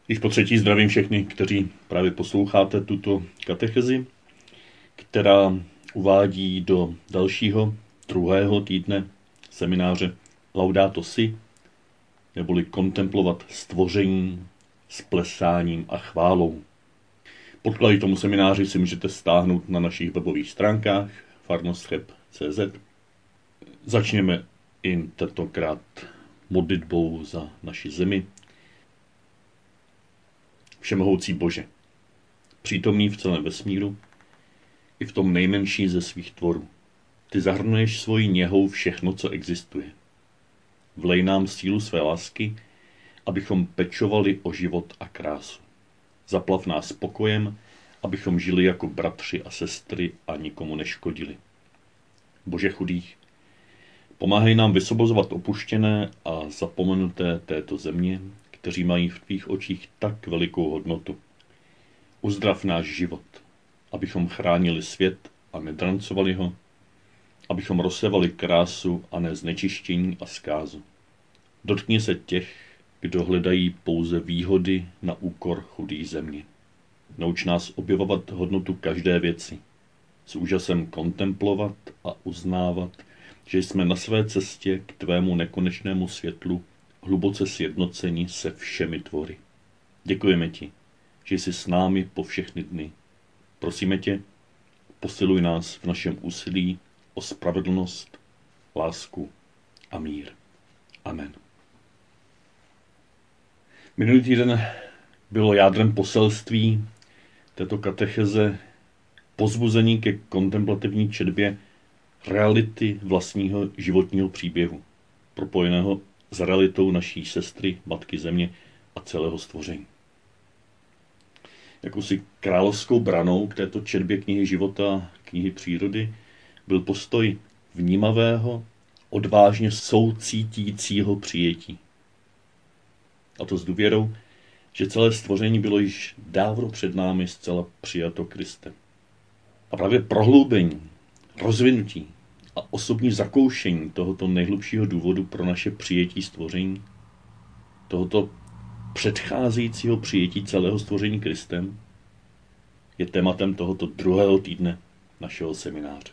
Již po třetí zdravím všechny, kteří právě posloucháte tuto katechezi, která uvádí do dalšího, druhého týdne semináře Laudato Si, neboli kontemplovat stvoření s plesáním a chválou. Podklady tomu semináři si můžete stáhnout na našich webových stránkách farnostcheb.cz. Začněme i tentokrát modlitbou za naši zemi. Všemohoucí Bože, přítomný v celém vesmíru, i v tom nejmenší ze svých tvorů. Ty zahrnuješ svojí něhou všechno, co existuje. Vlej nám sílu své lásky, abychom pečovali o život a krásu. Zaplav nás pokojem, abychom žili jako bratři a sestry a nikomu neškodili. Bože chudých, pomáhej nám vysvobozovat opuštěné a zapomenuté této země, kteří mají v tvých očích tak velikou hodnotu. Uzdrav náš život, abychom chránili svět a nedrancovali ho, abychom rozsévali krásu a ne znečištění a zkázu. Dotkni se těch, kdo hledají pouze výhody na úkor chudé země. Nauč nás objevovat hodnotu každé věci, s úžasem kontemplovat a uznávat, že jsme na své cestě k tvému nekonečnému světlu hluboce sjednoceni se všemi tvory. Děkujeme ti, že jsi s námi po všechny dny. Prosíme tě, posiluj nás v našem úsilí o spravedlnost, lásku a mír. Amen. Minulý týden bylo jádrem poselství této katecheze pozbuzení ke kontemplativní četbě reality vlastního životního příběhu, propojeného s realitou naší sestry, Matky Země a celého stvoření. Jakousi královskou branou k této četbě knihy života, knihy přírody, byl postoj vnímavého, odvážně soucítícího přijetí. A to s důvěrou, že celé stvoření bylo již dávno před námi zcela přijato Kristem. A právě prohloubení, rozvinutí a osobní zakoušení tohoto nejhlubšího důvodu pro naše přijetí stvoření, tohoto předcházejícího přijetí celého stvoření Kristem, je tématem tohoto druhého týdne našeho semináře.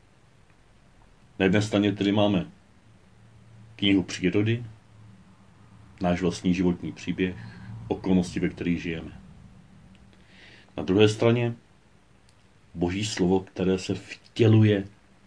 Na jedné straně tedy máme knihu přírody, náš vlastní životní příběh, okolnosti, ve kterých žijeme. Na druhé straně Boží slovo, které se vtěluje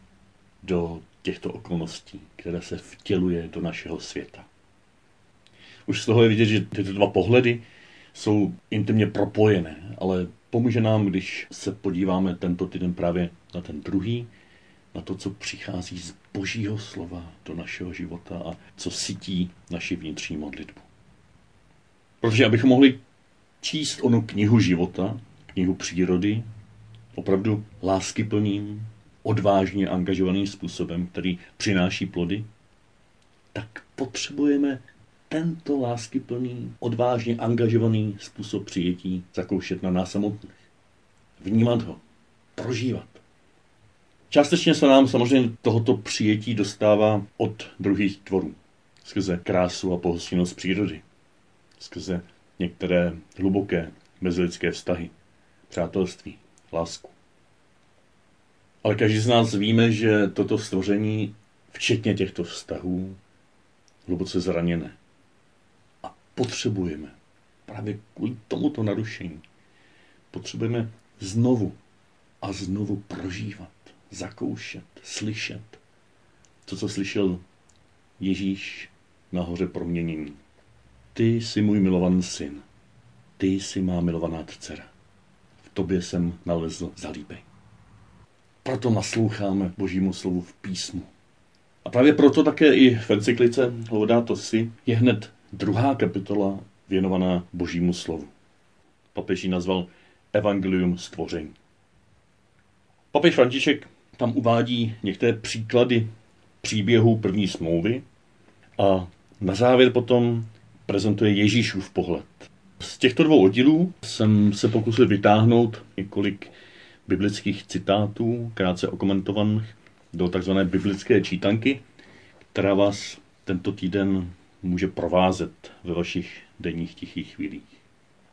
do těchto okolností, které se vtěluje do našeho světa. Už z toho je vidět, že tyto dva pohledy jsou intimně propojené, ale pomůže nám, když se podíváme tento týden právě na ten druhý, na to, co přichází z Božího slova do našeho života a co sytí naši vnitřní modlitbu. Protože abychom mohli číst onu knihu života, knihu přírody, opravdu láskyplným, odvážně angažovaným způsobem, který přináší plody, tak potřebujeme tento láskyplný, odvážně angažovaný způsob přijetí zakoušet na nás samotných. Vnímat ho, prožívat. Částečně se nám samozřejmě tohoto přijetí dostává od druhých tvorů, skrze krásu a pohostinnost přírody, skrze některé hluboké mezilidské vztahy, přátelství, lásku. Ale každý z nás víme, že toto stvoření, včetně těchto vztahů, hluboce zraněné. A potřebujeme, právě kvůli tomuto narušení, potřebujeme znovu a znovu prožívat, zakoušet, slyšet to, co slyšel Ježíš na hoře proměnění. Ty jsi můj milovaný syn, ty jsi má milovaná dcera. V tobě jsem nalezl zalíbení. Proto nasloucháme Božímu slovu v písmu. A právě proto také i v encyklice Laudato Si je hned druhá kapitola věnovaná Božímu slovu. Papež ji nazval Evangelium stvoření. Papež František tam uvádí některé příklady příběhů první smlouvy a na závěr potom prezentuje Ježíšův pohled. Z těchto dvou oddílů jsem se pokusil vytáhnout několik biblických citátů, krátce okomentovaných do takzvané biblické čítanky, která vás tento týden může provázet ve vašich denních tichých chvílích.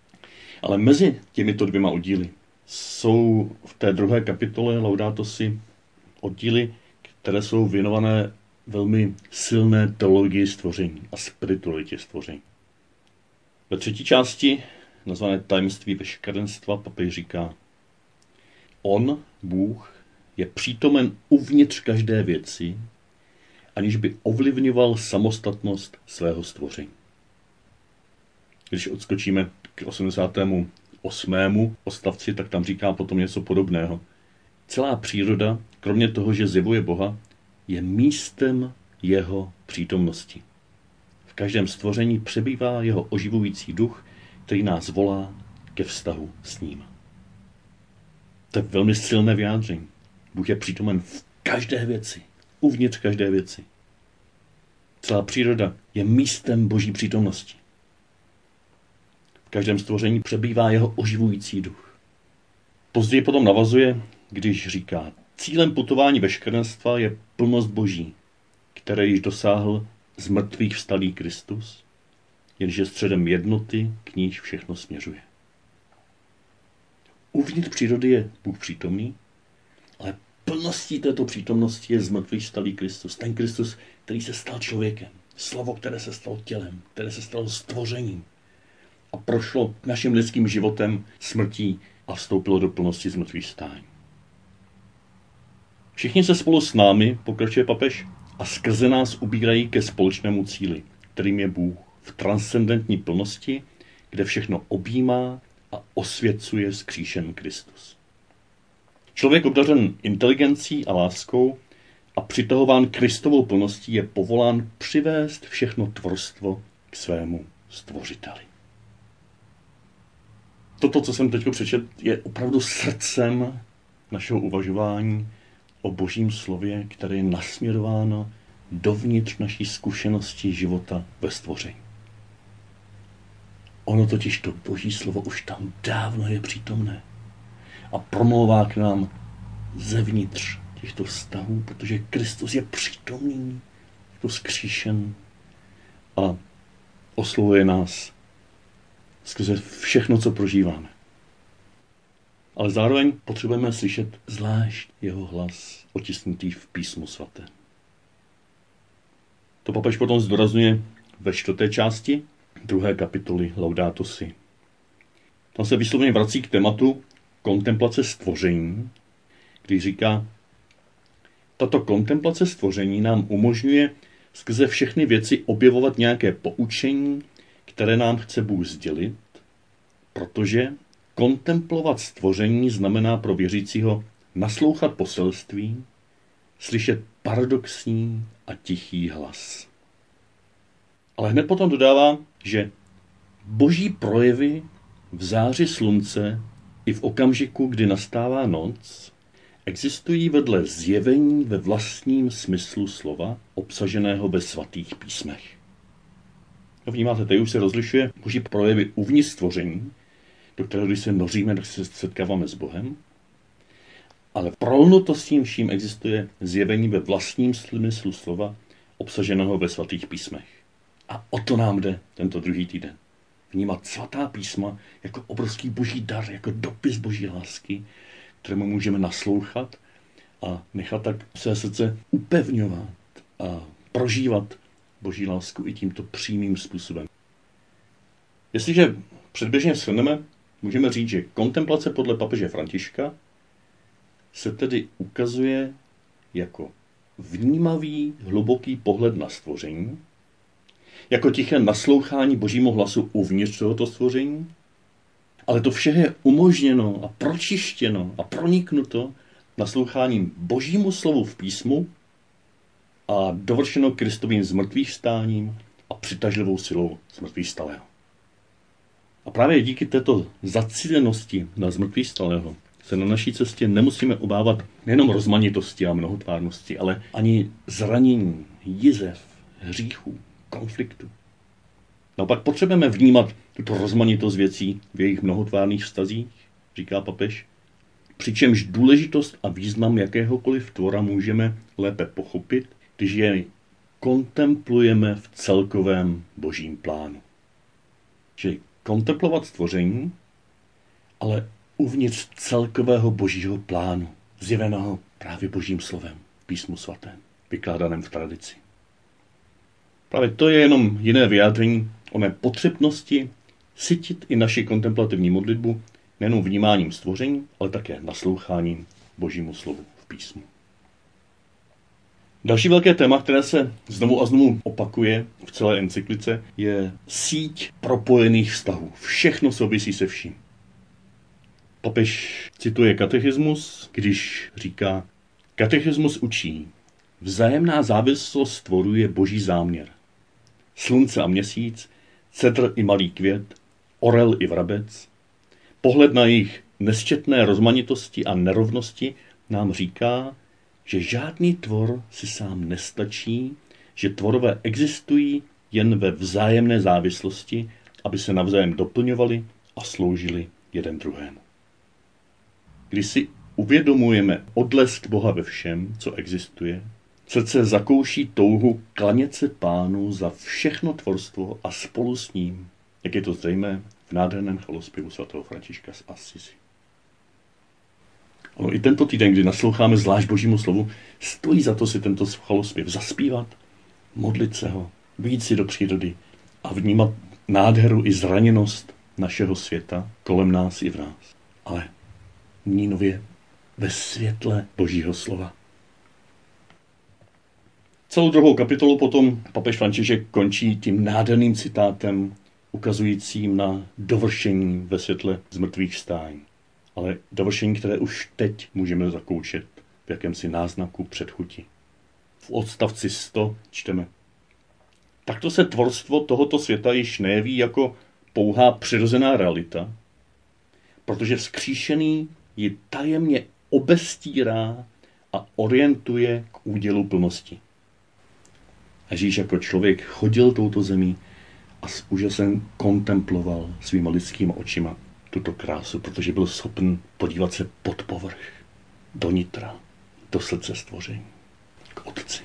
Ale mezi těmito dvěma oddíly jsou v té druhé kapitole Laudato si oddíly, které jsou věnované velmi silné teologii stvoření a spiritualitě stvoření. Ve třetí části, nazvané Tajemství veškerenstva, papež říká: On, Bůh, je přítomen uvnitř každé věci, aniž by ovlivňoval samostatnost svého stvoření. Když odskočíme k 88. odstavci, tak tam říká potom něco podobného. Celá příroda, kromě toho, že zjevuje Boha, je místem jeho přítomnosti. V každém stvoření přebývá jeho oživující duch, který nás volá ke vztahu s ním. To je velmi silné vyjádření. Bůh je přítomen v každé věci, uvnitř každé věci. Celá příroda je místem Boží přítomnosti. V každém stvoření přebývá jeho oživující duch. Později potom navazuje, když říká: cílem putování veškerenstva je plnost Boží, které již dosáhl z mrtvých vstalý Kristus, jenže je středem jednoty, k níž všechno směřuje. Uvnitř přírody je Bůh přítomný, ale plností této přítomnosti je z mrtvých vstalý Kristus. Ten Kristus, který se stal člověkem. Slovo, které se stalo tělem, které se stalo stvořením a prošlo naším lidským životem smrtí a vstoupilo do plnosti z mrtvých vstání. Všichni se spolu s námi, pokračuje papež, a skrze nás ubírají ke společnému cíli, kterým je Bůh v transcendentní plnosti, kde všechno objímá a osvěcuje vzkříšený Kristus. Člověk obdařen inteligencí a láskou a přitahován Kristovou plností je povolán přivést všechno tvorstvo k svému stvořiteli. Toto, co jsem teď přečetl, je opravdu srdcem našeho uvažování o Božím slově, které je nasměrováno dovnitř naší zkušenosti života ve stvoření. Ono totiž to Boží slovo už tam dávno je přítomné a promlouvá k nám zevnitř těchto vztahů, protože Kristus je přítomný, je to vzkříšen a oslovuje nás skrze všechno, co prožíváme. Ale zároveň potřebujeme slyšet zvlášť jeho hlas otisknutý v písmu svatém. To papež potom zdůrazňuje ve 4. části 2. kapitoly Laudato si. Tam se výslovně vrací k tématu kontemplace stvoření, když říká: tato kontemplace stvoření nám umožňuje skrze všechny věci objevovat nějaké poučení, které nám chce Bůh sdělit, protože kontemplovat stvoření znamená pro věřícího naslouchat poselství, slyšet paradoxní a tichý hlas. Ale hned potom dodává, že Boží projevy v záři slunce i v okamžiku, kdy nastává noc, existují vedle zjevení ve vlastním smyslu slova, obsaženého ve svatých písmech. No, vnímáte, tady už se rozlišuje Boží projevy uvnitř stvoření, do kterého, když se noříme, tak se setkáváme s Bohem, ale prolnuto s tím vším existuje zjevení ve vlastním smyslu slova, obsaženého ve svatých písmech. A o to nám jde tento druhý týden. Vnímat svatá písma jako obrovský boží dar, jako dopis boží lásky, kterému můžeme naslouchat a nechat tak své srdce upevňovat a prožívat boží lásku i tímto přímým způsobem. Jestliže předběžně shrneme, můžeme říct, že kontemplace podle papeže Františka se tedy ukazuje jako vnímavý, hluboký pohled na stvoření, jako tiché naslouchání božímu hlasu uvnitř tohoto stvoření, ale to vše je umožněno a pročištěno a proniknuto nasloucháním božímu slovu v písmu a dovršeno Kristovým zmrtvých vstáním a přitažlivou silou zmrtvých vstalého. A právě díky této zacílenosti na zmrtvých vstalého se na naší cestě nemusíme obávat nejenom rozmanitosti a mnohotvárnosti, ale ani zranění, jizev, hříchů, konfliktu. Naopak potřebujeme vnímat tuto rozmanitost věcí v jejich mnohotvárných vztazích, říká papež, přičemž důležitost a význam jakéhokoliv tvora můžeme lépe pochopit, když jej kontemplujeme v celkovém božím plánu. Čili kontemplovat stvoření ale uvnitř celkového božího plánu, zjeveného právě božím slovem, písmu svatém, vykládaném v tradici. Právě to je jenom jiné vyjádření oné potřebnosti sytit i naši kontemplativní modlitbu nejenom vnímáním stvoření, ale také nasloucháním božímu slovu v písmu. Další velké téma, které se znovu a znovu opakuje v celé encyklice, je síť propojených vztahů. Všechno souvisí se vším. Papež cituje katechismus, když říká: katechismus učí, vzájemná závislost tvoruje boží záměr. Slunce a měsíc, cedr i malý květ, orel i vrabec, pohled na jejich nesčetné rozmanitosti a nerovnosti nám říká, že žádný tvor si sám nestačí, že tvorové existují jen ve vzájemné závislosti, aby se navzájem doplňovali a sloužili jeden druhému. Když si uvědomujeme odlesk Boha ve všem, co existuje, srdce zakouší touhu klanět se Pánu za všechno tvorstvo a spolu s ním, jak je to zřejmé v nádherném chvalospěvu svatého Františka z Assisi. Ano, i tento týden, kdy nasloucháme zvlášť božímu slovu, stojí za to si tento chvalospěv zaspívat, modlit se ho, vyjít si do přírody a vnímat nádheru i zraněnost našeho světa kolem nás i v nás. Ale nyní nově ve světle božího slova. Celou druhou kapitolu potom papež František končí tím nádherným citátem, ukazujícím na dovršení ve světle zmrtvých vstání. Ale dovršení, které už teď můžeme zakoušet v jakémsi náznaku předchuti. V odstavci 100 čteme: takto se tvorstvo tohoto světa již nejeví jako pouhá přirozená realita, protože vzkříšený ji tajemně obestírá a orientuje k údělu plnosti. Ježíš jako člověk chodil touto zemí a s úžasem kontemploval svýma lidskýma očima tuto krásu, protože byl schopen podívat se pod povrch, do nitra, do srdce stvoření, k Otci.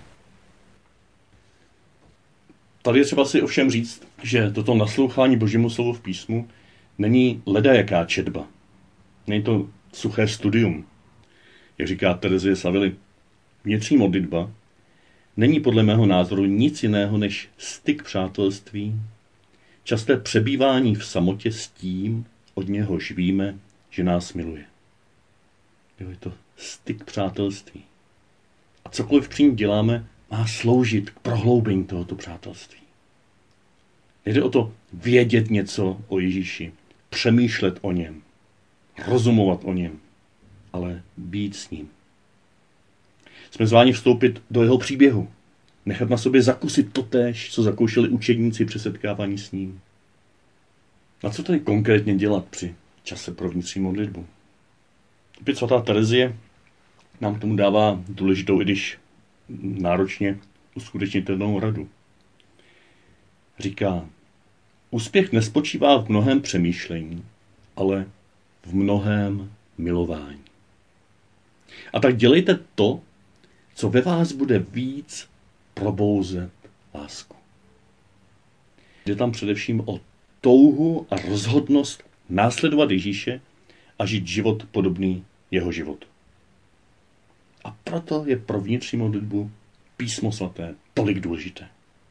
Tady je třeba si ovšem říct, že toto naslouchání božímu slovu v písmu není ledajaká četba. Není to suché studium. Jak říká Terezie Savily, vnitřní modlitba není podle mého názoru nic jiného než styk přátelství, časté přebývání v samotě s tím, od něhož víme, že nás miluje. Je to styk přátelství. A cokoliv při ní děláme, má sloužit k prohloubení tohoto přátelství. Nejde o to vědět něco o Ježíši, přemýšlet o něm, rozumovat o něm, ale být s ním. Jsme zváni vstoupit do jeho příběhu, nechat na sobě zakusit totéž, co zakoušeli učedníci při setkávání s ním. A co tedy konkrétně dělat při čase pro vnitřní modlitbu? Opět svatá Terezie nám k tomu dává důležitou, i když náročně uskutečnitelnou radu. Říká, úspěch nespočívá v mnohém přemýšlení, ale v mnohém milování. A tak dělejte to, co ve vás bude víc probouzet lásku. Jde tam především o touhu a rozhodnost následovat Ježíše a žít život podobný jeho životu. A proto je pro vnitřní modlitbu písmo svaté tolik důležité.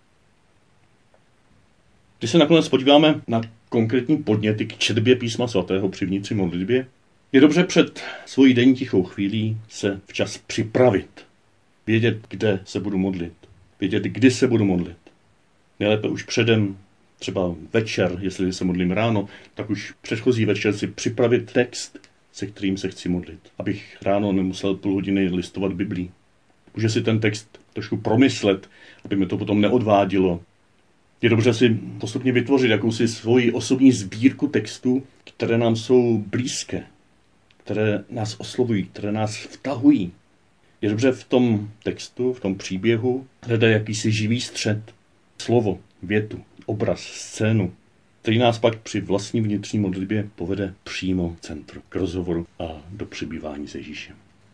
Když se nakonec podíváme na konkrétní podněty k četbě písma svatého při vnitřní modlitbě, je dobře před svojí denní tichou chvílí se včas připravit. Vědět, kde se budu modlit. Vědět, kdy se budu modlit. Nejlépe už předem, třeba večer, jestli se modlím ráno, tak už předchozí večer si připravit text, se kterým se chci modlit. Abych ráno nemusel půl hodiny listovat Biblii. Může si ten text trošku promyslet, aby mi to potom neodvádělo. Je dobře si postupně vytvořit jakousi svoji osobní sbírku textů, které nám jsou blízké, které nás oslovují, které nás vtahují. Je dobře v tom textu, v tom příběhu hledat jakýsi živý střed, slovo, větu, obraz, scénu, který nás pak při vlastní vnitřní modlitbě povede přímo k centru, k rozhovoru a do přibývání s Ježíšem.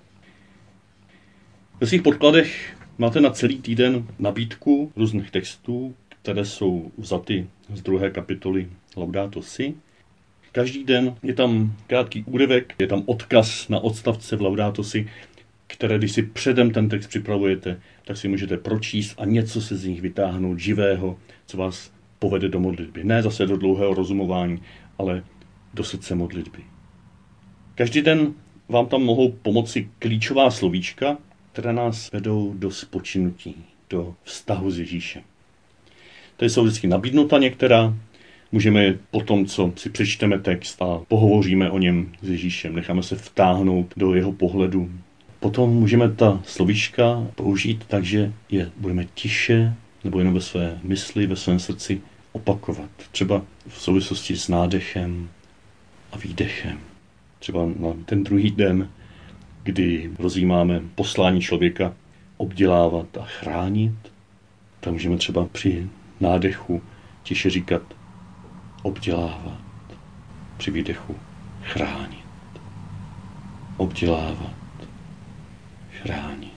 Ve svých podkladech máte na celý týden nabídku různých textů, které jsou vzaty z 2. kapitoly Laudato Si, Každý den je tam krátký úryvek, je tam odkaz na odstavce v Laudato si, které když si předem ten text připravujete, tak si můžete pročíst a něco se z nich vytáhnout živého, co vás povede do modlitby. Ne zase do dlouhého rozumování, ale do srdce modlitby. Každý den vám tam mohou pomoci klíčová slovíčka, které nás vedou do spočinutí, do vztahu s Ježíšem. Tady jsou vždycky nabídnuta některá, můžeme po tom, co si přečteme text a pohovoříme o něm s Ježíšem, necháme se vtáhnout do jeho pohledu. Potom můžeme ta slovíčka použít tak, že je budeme tiše nebo jenom ve své mysli, ve svém srdci opakovat. Třeba v souvislosti s nádechem a výdechem. Třeba na ten druhý den, kdy rozjímáme poslání člověka obdělávat a chránit, tak můžeme třeba při nádechu tiše říkat obdělávat, při výdechu chránit, obdělávat, chránit.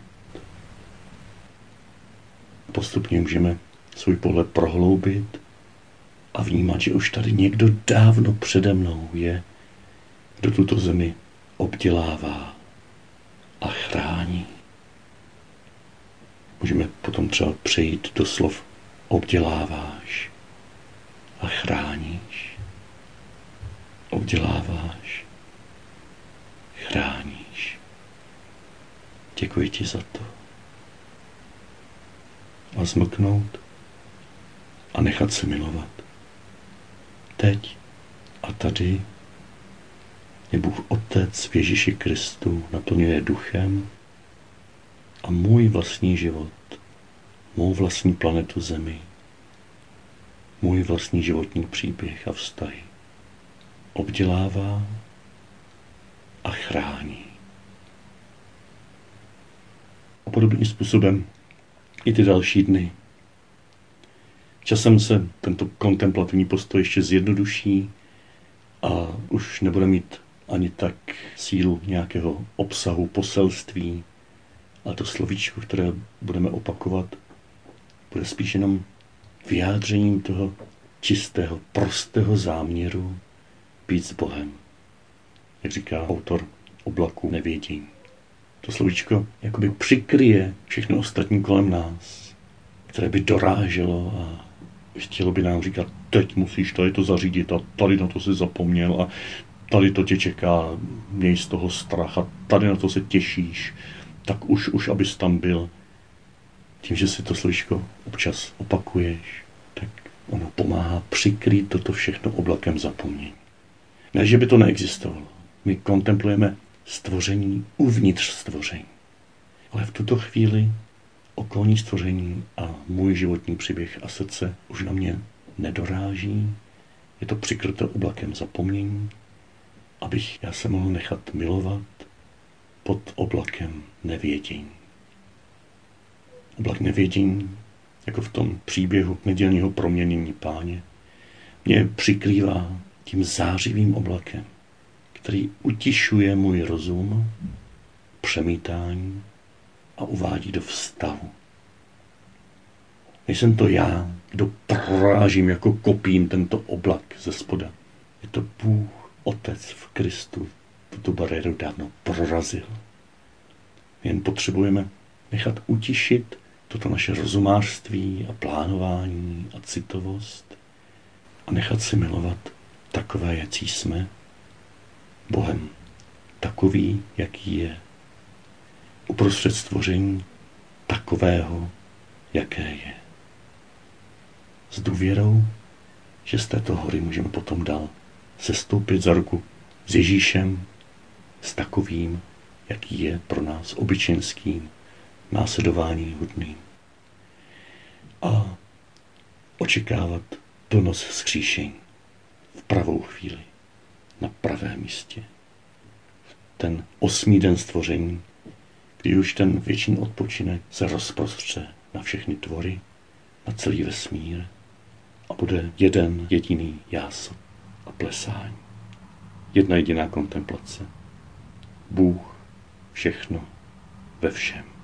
Postupně můžeme svůj pohled prohloubit a vnímat, že už tady někdo dávno přede mnou je, kdo tuto zemi obdělává a chrání. Můžeme potom třeba přejít do slov obděláváš a chráníš. Obděláváš, chráníš. Děkuji ti za to. A zmlknout a nechat se milovat. Teď a tady je Bůh Otec v Ježíši Kristu, naplňuje duchem a můj vlastní život, mou vlastní planetu Zemi, můj vlastní životní příběh a vztahy obdělává a chrání. A podobným způsobem i ty další dny. Časem se tento kontemplativní postoj ještě zjednoduší a už nebude mít ani tak sílu nějakého obsahu, poselství, ale to slovíčko, které budeme opakovat, bude spíš jenom vyjádřením toho čistého, prostého záměru být s Bohem. Jak říká autor Oblaku nevědění. To slovíčko jakoby přikryje všechno ostatní kolem nás, které by doráželo a chtělo by nám říkat, teď musíš tady to zařídit a tady na to si zapomněl a tady to tě čeká, měj z toho strach a tady na to se těšíš, tak už abys tam byl. Tím, že si to slovíčko občas opakuješ, tak ono pomáhá přikrýt toto všechno oblakem zapomnění. Ne, že by to neexistovalo. My kontemplujeme stvoření uvnitř stvoření. Ale v tuto chvíli okolní stvoření a můj životní příběh a srdce už na mě nedoráží. Je to přikryté oblakem zapomnění, abych já se mohl nechat milovat pod oblakem nevědění. Oblak nevědění, jako v tom příběhu nedělního proměnění Páně, mě přikrývá tím zářivým oblakem, který utišuje můj rozum, přemítání a uvádí do vztahu. Nejsem to já, kdo prorážím jako kopím tento oblak ze spoda. Je to Bůh, Otec v Kristu, tuto bariéru dávno prorazil. Jen potřebujeme nechat utišit toto naše rozumářství a plánování a citovost a nechat si milovat takové, jací jsme, Bohem, takový, jaký je, uprostřed stvoření takového, jaké je. S důvěrou, že z této hory můžeme potom dál sestoupit za ruku s Ježíšem, s takovým, jaký je pro nás obyčejnským, následování hodným. A očekávat plnost vzkříšení v pravou chvíli, na pravém místě. Ten 8. den stvoření, kdy už ten věčný odpočinek se rozprostře na všechny tvory, na celý vesmír a bude jeden jediný jásot a plesání. Jedna jediná kontemplace. Bůh všechno ve všem.